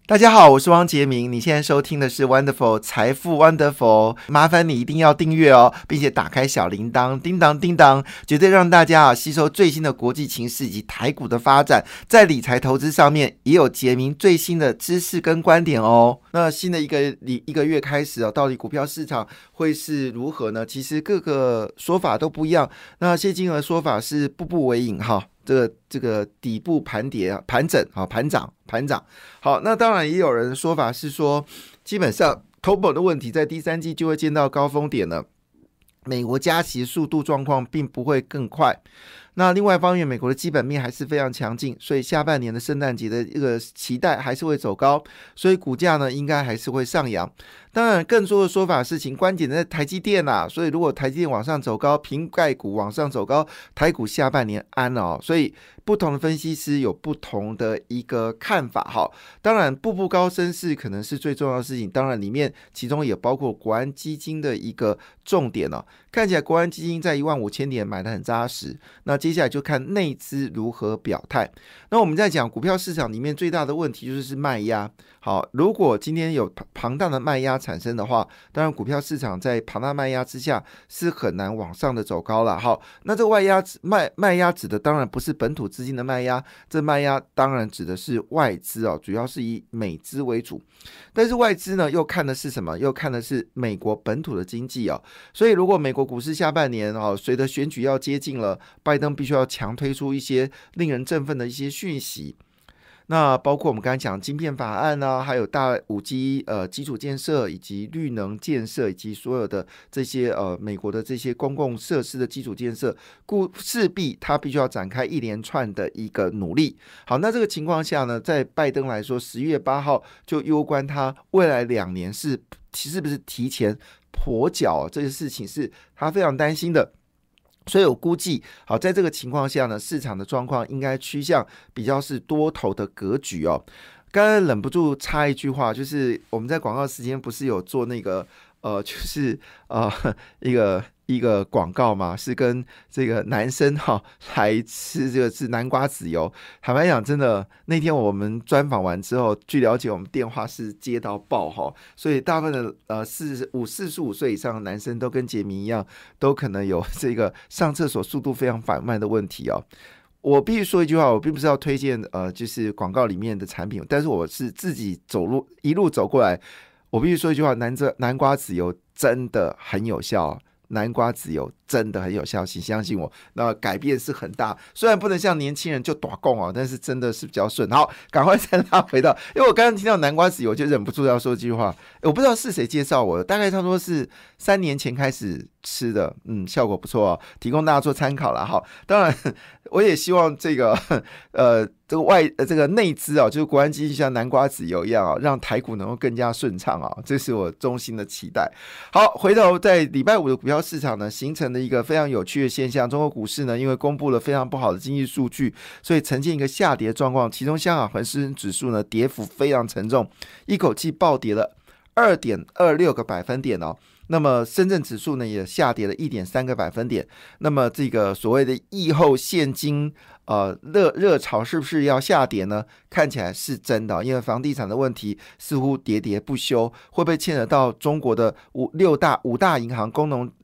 大家好，我是汪杰明，你现在收听的是 Wonderful 财富 Wonderful， 麻烦你一定要订阅哦，并且打开小铃铛，叮当叮当，绝对让大家吸收最新的国际情势以及台股的发展，在理财投资上面也有杰明最新的知识跟观点哦。那新的一个月开始哦，到底股票市场会是如何呢？其实各个说法都不一样。那谢金河说法是步步为营哈。这个底部盘跌盘整盘涨。好，那当然也有人说法是说，基本上通膨的问题在第三季就会见到高峰点了，美国加息速度状况并不会更快。那另外一方面，美国的基本面还是非常强劲，所以下半年的圣诞节的一个期待还是会走高，所以股价呢应该还是会上扬。当然更多的说法是关键在台积电啊，所以如果台积电往上走高，瓶盖股往上走高，台股下半年安哦。所以不同的分析师有不同的一个看法哈。当然步步高升是可能是最重要的事情，当然里面其中也包括国安基金的一个重点哦。看起来国安基金在15000点买得很扎实，那接下来就看内资如何表态。那我们在讲股票市场里面最大的问题就是卖压。好，如果今天有庞大的卖压产生的话，当然股票市场在庞大卖压之下是很难往上的走高了。好，那这个卖压指的当然不是本土资金的卖压，这卖压当然指的是外资哦，主要是以美资为主。但是外资呢又看的是什么？又看的是美国本土的经济哦。所以如果美国股市下半年哦，随着选举要接近了，拜登必须要强推出一些令人振奋的一些讯息。那包括我们刚才讲晶片法案啊，还有大 5G 基础建设以及绿能建设，以及所有的这些美国的这些公共设施的基础建设，势必它必须要展开一连串的一个努力。好，那这个情况下呢，在拜登来说11月8号就攸关他未来2年是不是提前跛脚，这个事情是他非常担心的。所以我估计，好，在这个情况下呢，市场的状况应该趋向比较是多头的格局哦。刚才忍不住插一句话，就是我们在广告时间不是有做那个就是一个广告嘛，是跟这个男生来吃这个是南瓜籽油。坦白讲，真的那天我们专访完之后，据了解我们电话是接到爆所以大部分的45岁以上的男生都跟杰明一样，都可能有这个上厕所速度非常缓慢的问题哦。我必须说一句话，我并不是要推荐就是广告里面的产品，但是我是自己一路走过来，我必须说一句话，南瓜籽油真的很有效。南瓜籽油真的很有效，请相信我，那改变是很大。虽然不能像年轻人就短供但是真的是比较顺。好，赶快再拉回到，因为我刚刚听到南瓜籽油就忍不住要说这句话。我不知道是谁介绍我的，大概差不多是3年前开始吃的，效果不错哦，提供大家做参考啦。好，当然我也希望这个这个内资就是国安基金像南瓜籽油一样让台股能够更加顺畅这是我衷心的期待。好，回头在礼拜5的股票市场呢，形成了一个非常有趣的现象。中国股市呢，因为公布了非常不好的经济数据，所以呈现一个下跌状况。其中香港恒生指数呢，跌幅非常沉重，一口气暴跌了2.26个百分点那么深圳指数呢也下跌了1.3个百分点。那么这个所谓的疫后现金热潮是不是要下跌呢？看起来是真的，因为房地产的问题似乎喋喋不休，会不会牵扯到中国的五大银行工农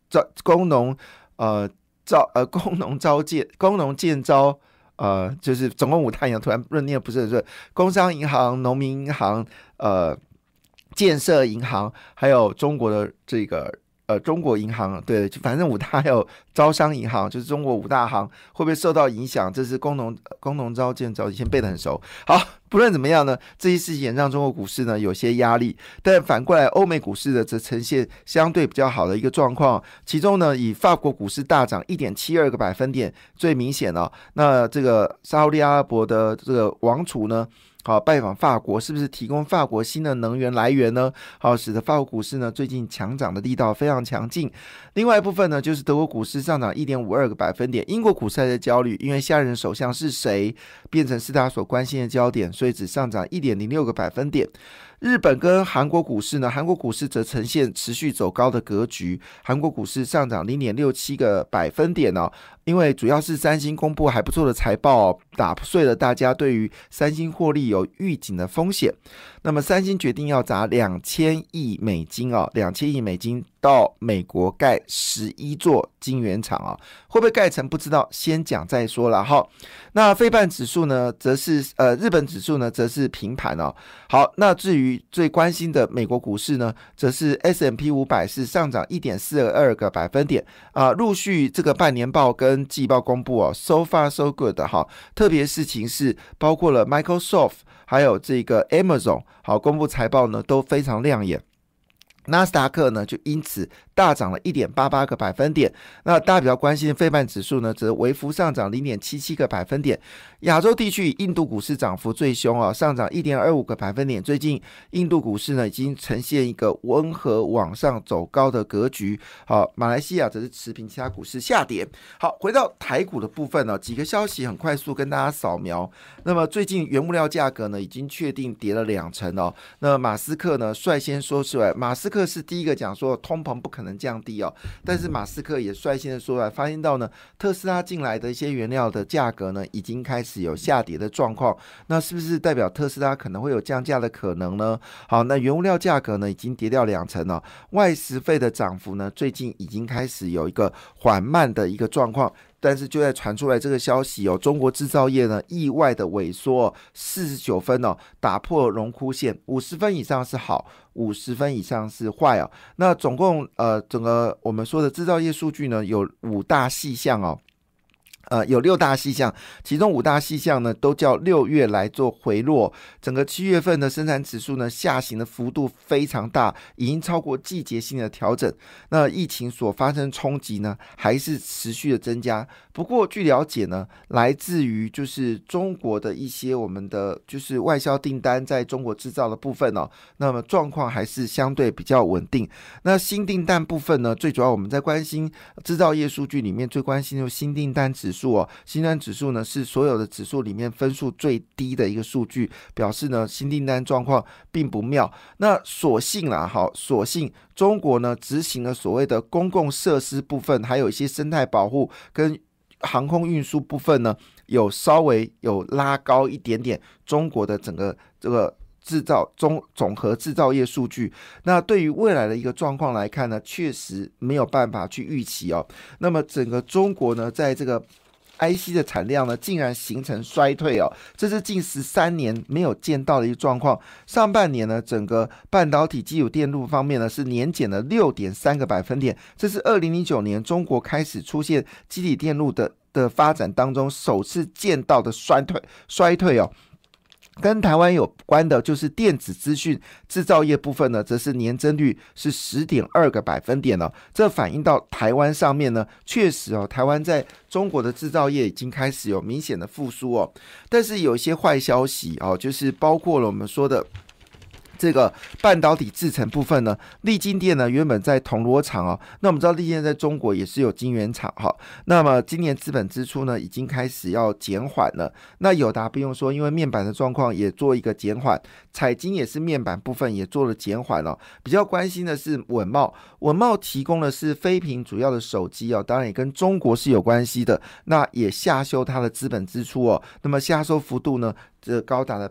建招就是总共5大银行，突然认念不是很顺，工商银行、农民银行、建设银行，还有中国的这个中国银行，对，反正5大，还有招商银行，就是中国5大行，会不会受到影响？这是工农招建招，以前背得很熟。好，不论怎么样呢，这些事情让中国股市呢有些压力，但反过来欧美股市呢则呈现相对比较好的一个状况。其中呢，以法国股市大涨1.72个百分点最明显那这个沙烏地阿拉伯的这个王储呢，好，拜访法国，是不是提供法国新的能源来源呢？好，使得法国股市呢最近强涨的力道非常强劲。另外一部分呢，就是德国股市上涨1.52个百分点。英国股市还在焦虑，因为下任首相是谁变成是大家所关心的焦点，所以只上涨1.06个百分点。日本跟韩国股市呢，韩国股市则呈现持续走高的格局，韩国股市上涨0.67个百分点因为主要是三星公布还不错的财报打碎了大家对于三星获利有预警的风险。那么三星决定要砸2000亿美金2000亿美金到美国盖11座晶圆厂会不会盖成不知道，先讲再说了哈。那费半指数呢，则是日本指数呢，则是平盘好，那至于最关心的美国股市呢，则是 S&P 500是上涨 1.42个百分点陆续这个半年报跟季报公布so far so good 特别事情是包括了 Microsoft 还有这个 Amazon 公布财报呢都非常亮眼。纳斯达克呢就因此大涨了 1.88个百分点，那大家比较关心的费半指数呢则微幅上涨 0.77个百分点。亚洲地区印度股市涨幅最凶上涨 1.25个百分点。最近印度股市呢已经呈现一个温和往上走高的格局。好，马来西亚则是持平，其他股市下跌。好，回到台股的部分几个消息很快速跟大家扫描。那么最近原物料价格呢已经确定跌了2%那马斯克呢率先说出来，马斯克是第一个讲说通膨不可能降低但是马斯克也率先的说来，发现到呢特斯拉进来的一些原料的价格呢已经开始有下跌的状况，那是不是代表特斯拉可能会有降价的可能呢？好，那原物料价格呢已经跌掉2%外食费的涨幅呢最近已经开始有一个缓慢的一个状况。但是就在传出来这个消息中国制造业呢意外的萎缩49分打破荣枯线，50分以上是好，50分以上是坏那总共整个我们说的制造业数据呢有5大细项有6大细项，其中5大细项呢都叫6月来做回落。整个7月份的生产指数呢下行的幅度非常大，已经超过季节性的调整。那疫情所发生冲击呢还是持续的增加。不过据了解呢，来自于就是中国的一些我们的就是外销订单在中国制造的部分那么状况还是相对比较稳定。那新订单部分呢，最主要我们在关心制造业数据里面最关心的新订单指数新订单指数呢是所有的指数里面分数最低的一个数据，表示呢新订单状况并不妙。那所幸中国呢执行了所谓的公共设施部分，还有一些生态保护跟航空运输部分呢有稍微有拉高一点点中国的整个这个总和制造业数据。那对于未来的一个状况来看呢，确实没有办法去预期那么整个中国呢在这个IC 的产量呢竟然形成衰退这是近13年没有见到的一个状况。上半年呢整个半导体基础电路方面呢是年减了 6.3个百分点，这是2009年中国开始出现基体电路的发展当中首次见到的衰退跟台湾有关的就是电子资讯制造业部分呢，则是年增率是 10.2个百分点这反映到台湾上面呢，确实台湾在中国的制造业已经开始有明显的复苏但是有一些坏消息就是包括了我们说的这个半导体制程部分呢，力晶电呢原本在铜锣厂那我们知道力晶电在中国也是有晶圆厂那么今年资本支出呢已经开始要减缓了。那友达不用说，因为面板的状况也做一个减缓，彩晶也是面板部分也做了减缓比较关心的是稳懋提供的是非屏主要的手机当然也跟中国是有关系的，那也下修它的资本支出那么下收幅度呢这高达了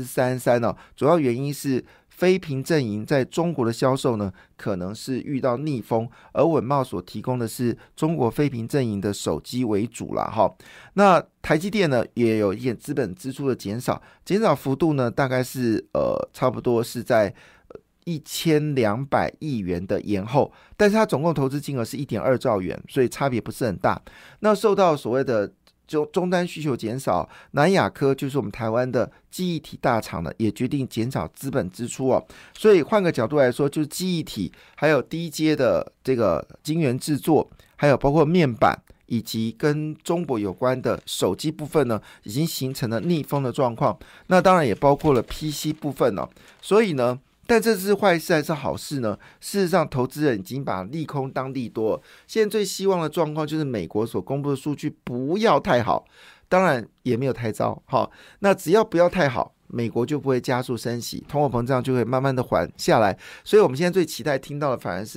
33% 主要原因是非屏阵营在中国的销售呢可能是遇到逆风，而稳懋所提供的是中国非屏阵营的手机为主啦那台积电呢也有一点资本支出的减少幅度呢大概是差不多是在1200亿元的延后，但是它总共投资金额是 1.2 兆元，所以差别不是很大。那受到所谓的终端需求减少，南亚科就是我们台湾的记忆体大厂呢，也决定减少资本支出所以换个角度来说，就是记忆体还有低阶的这个晶圆制作，还有包括面板以及跟中国有关的手机部分呢，已经形成了逆风的状况。那当然也包括了 PC 部分所以呢。但这是坏事还是好事呢？事实上，投资人已经把利空当利多。现在最希望的状况就是美国所公布的数据不要太好，当然也没有太糟。那只要不要太好，美国就不会加速升息，通货膨胀就会慢慢的缓下来。所以我们现在最期待听到的反而是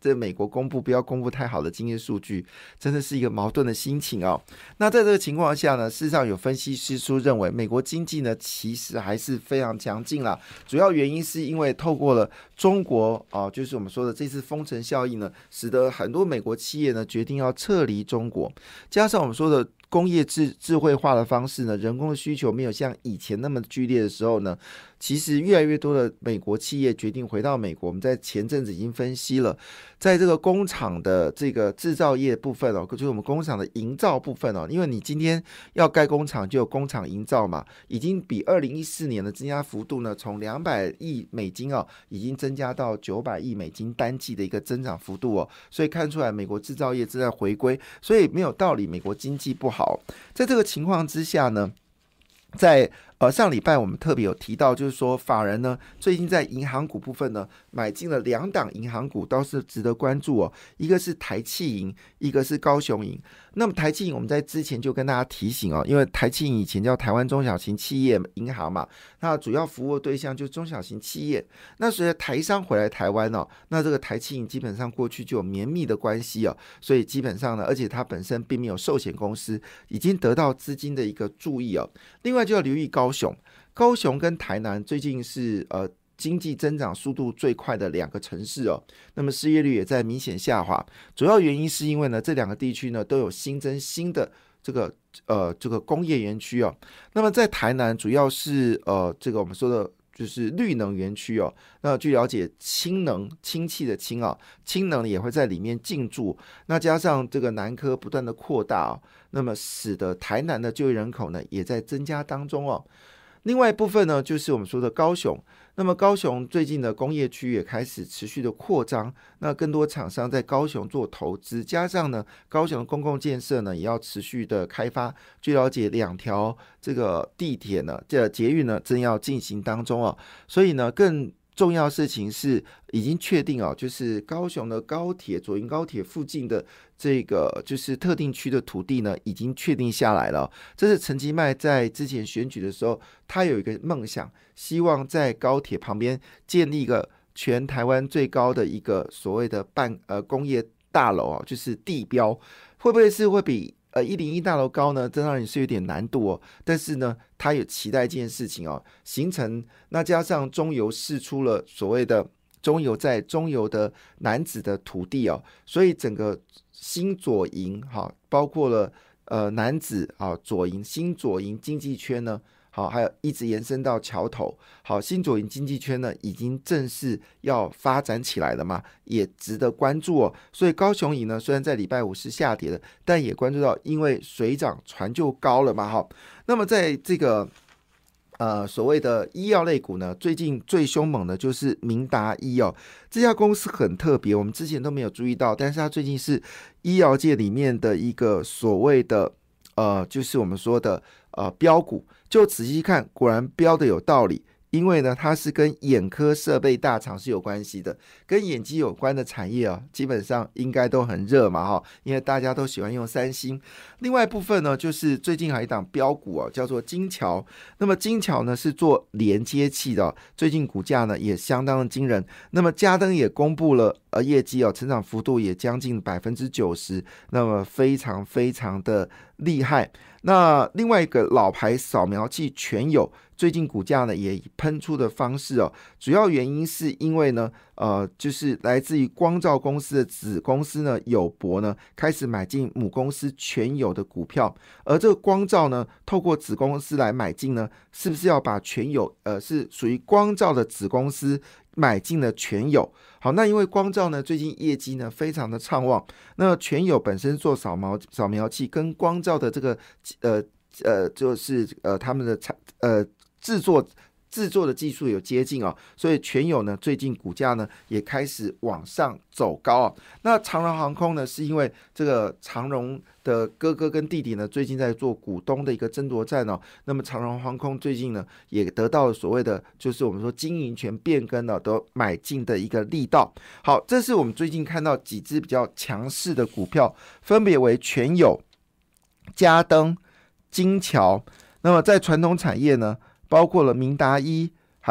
这美国不要公布太好的经济数据，真的是一个矛盾的心情哦。那在这个情况下呢，事实上有分析师认为，美国经济呢其实还是非常强劲啦。主要原因是因为透过了中国就是我们说的这次封城效应呢，使得很多美国企业呢决定要撤离中国，加上我们说的工业智慧化的方式呢，人工的需求没有像以前那么剧烈的时候呢，其实越来越多的美国企业决定回到美国。我们在前阵子已经分析了，在这个工厂的这个制造业部分就是我们工厂的营造部分因为你今天要盖工厂就有工厂营造嘛，已经比2014年的增加幅度呢，从200亿美金已经增加到900亿美金单季的一个增长幅度所以看出来美国制造业正在回归，所以没有道理美国经济不好。在这个情况之下呢，在上礼拜我们特别有提到，就是说法人呢最近在银行股部分呢买进了2档银行股，都是值得关注一个是台企银，一个是高雄银。那么台企银我们在之前就跟大家提醒因为台企银以前叫台湾中小型企业银行嘛，那主要服务的对象就是中小型企业。那随着台商回来台湾那这个台企银基本上过去就有绵密的关系所以基本上呢，而且它本身并没有寿险公司，已经得到资金的一个注意另外就要留意高雄跟台南最近是经济增长速度最快的2个城市那么失业率也在明显下滑，主要原因是因为呢这2个地区呢都有新增新的这个工业园区那么在台南主要是这个我们说的就是绿能园区那据了解氢能氢气的氢氢能也会在里面进驻，那加上这个南科不断的扩大那么使得台南的就业人口呢也在增加当中另外一部分呢，就是我们说的高雄。那么高雄最近的工业区也开始持续的扩张，那更多厂商在高雄做投资，加上呢，高雄的公共建设呢也要持续的开发。据了解，2条这个地铁呢，这捷运呢正要进行当中所以呢，更重要的事情是已经确定就是高雄的高铁左营高铁附近的这个就是特定区的土地呢已经确定下来了这是陈其迈在之前选举的时候，他有一个梦想，希望在高铁旁边建立一个全台湾最高的一个所谓的工业大楼就是地标，会不会比101大楼高呢？这当然是有点难度但是呢，他也期待这件事情形成。那加上中油释出了所谓的中油的楠梓的土地所以整个新左营包括了楠梓左营新左营经济圈呢。好，还有一直延伸到桥头。好，新左营经济圈呢，已经正式要发展起来了嘛，也值得关注所以高雄银呢，虽然在礼拜5是下跌的，但也关注到，因为水涨船就高了嘛。好，那么在这个所谓的医药类股呢，最近最凶猛的就是明达医这家公司很特别，我们之前都没有注意到，但是它最近是医药界里面的一个所谓的就是我们说的标股，就仔细看，果然标的有道理，因为呢，它是跟眼科设备大厂是有关系的，跟眼睛有关的产业基本上应该都很热嘛因为大家都喜欢用三星。另外一部分呢，就是最近还有一档标股叫做精桥。那么精桥呢是做连接器的最近股价呢也相当的惊人。那么嘉登也公布了业绩成长幅度也将近90%，那么非常非常的厉害。那另外一个老牌扫描器全友，最近股价呢也以喷出的方式主要原因是因为呢就是来自于光罩公司的子公司呢友博呢开始买进母公司全友的股票，而这个光罩呢透过子公司来买进呢，是不是要把全友是属于光罩的子公司买进了全友？好，那因为光罩呢最近业绩呢非常的畅旺，那全友本身做扫描器跟光罩的这个就是他们的制作的技术有接近所以全友呢最近股价呢也开始往上走高那长荣航空呢是因为这个长荣的哥哥跟弟弟呢最近在做股东的一个争夺战那么长荣航空最近呢也得到了所谓的就是我们说经营权变更都买进的一个力道。好，这是我们最近看到几只比较强势的股票，分别为全友、嘉登、精桥。那么在传统产业呢，包括了明达医，还有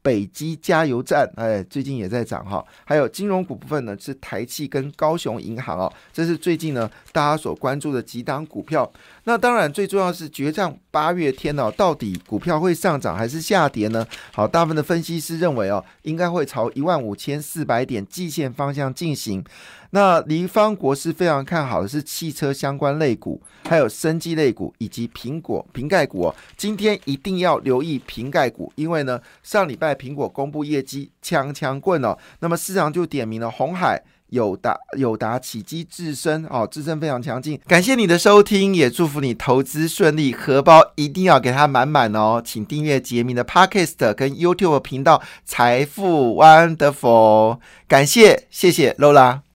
北基加油站，最近也在涨哈。还有金融股部分呢，是台企跟高雄银行哦，这是最近呢大家所关注的几档股票。那当然最重要是决战8月天哦，到底股票会上涨还是下跌呢？好，大部分的分析师认为哦，应该会朝15400点季线方向进行。那黎方国是非常看好的是汽车相关类股，还有生技类股以及瓶盖股哦。今天一定要留意瓶盖股，因为呢上礼拜苹果公布业绩强棍哦，那么市场就点名了鸿海、友达、启基、智深哦，智深非常强劲。感谢你的收听，也祝福你投资顺利，荷包一定要给它满满哦。请订阅杰明的 Podcast 跟 YouTube 频道财富 Wonderful， 感谢，谢谢 Lola。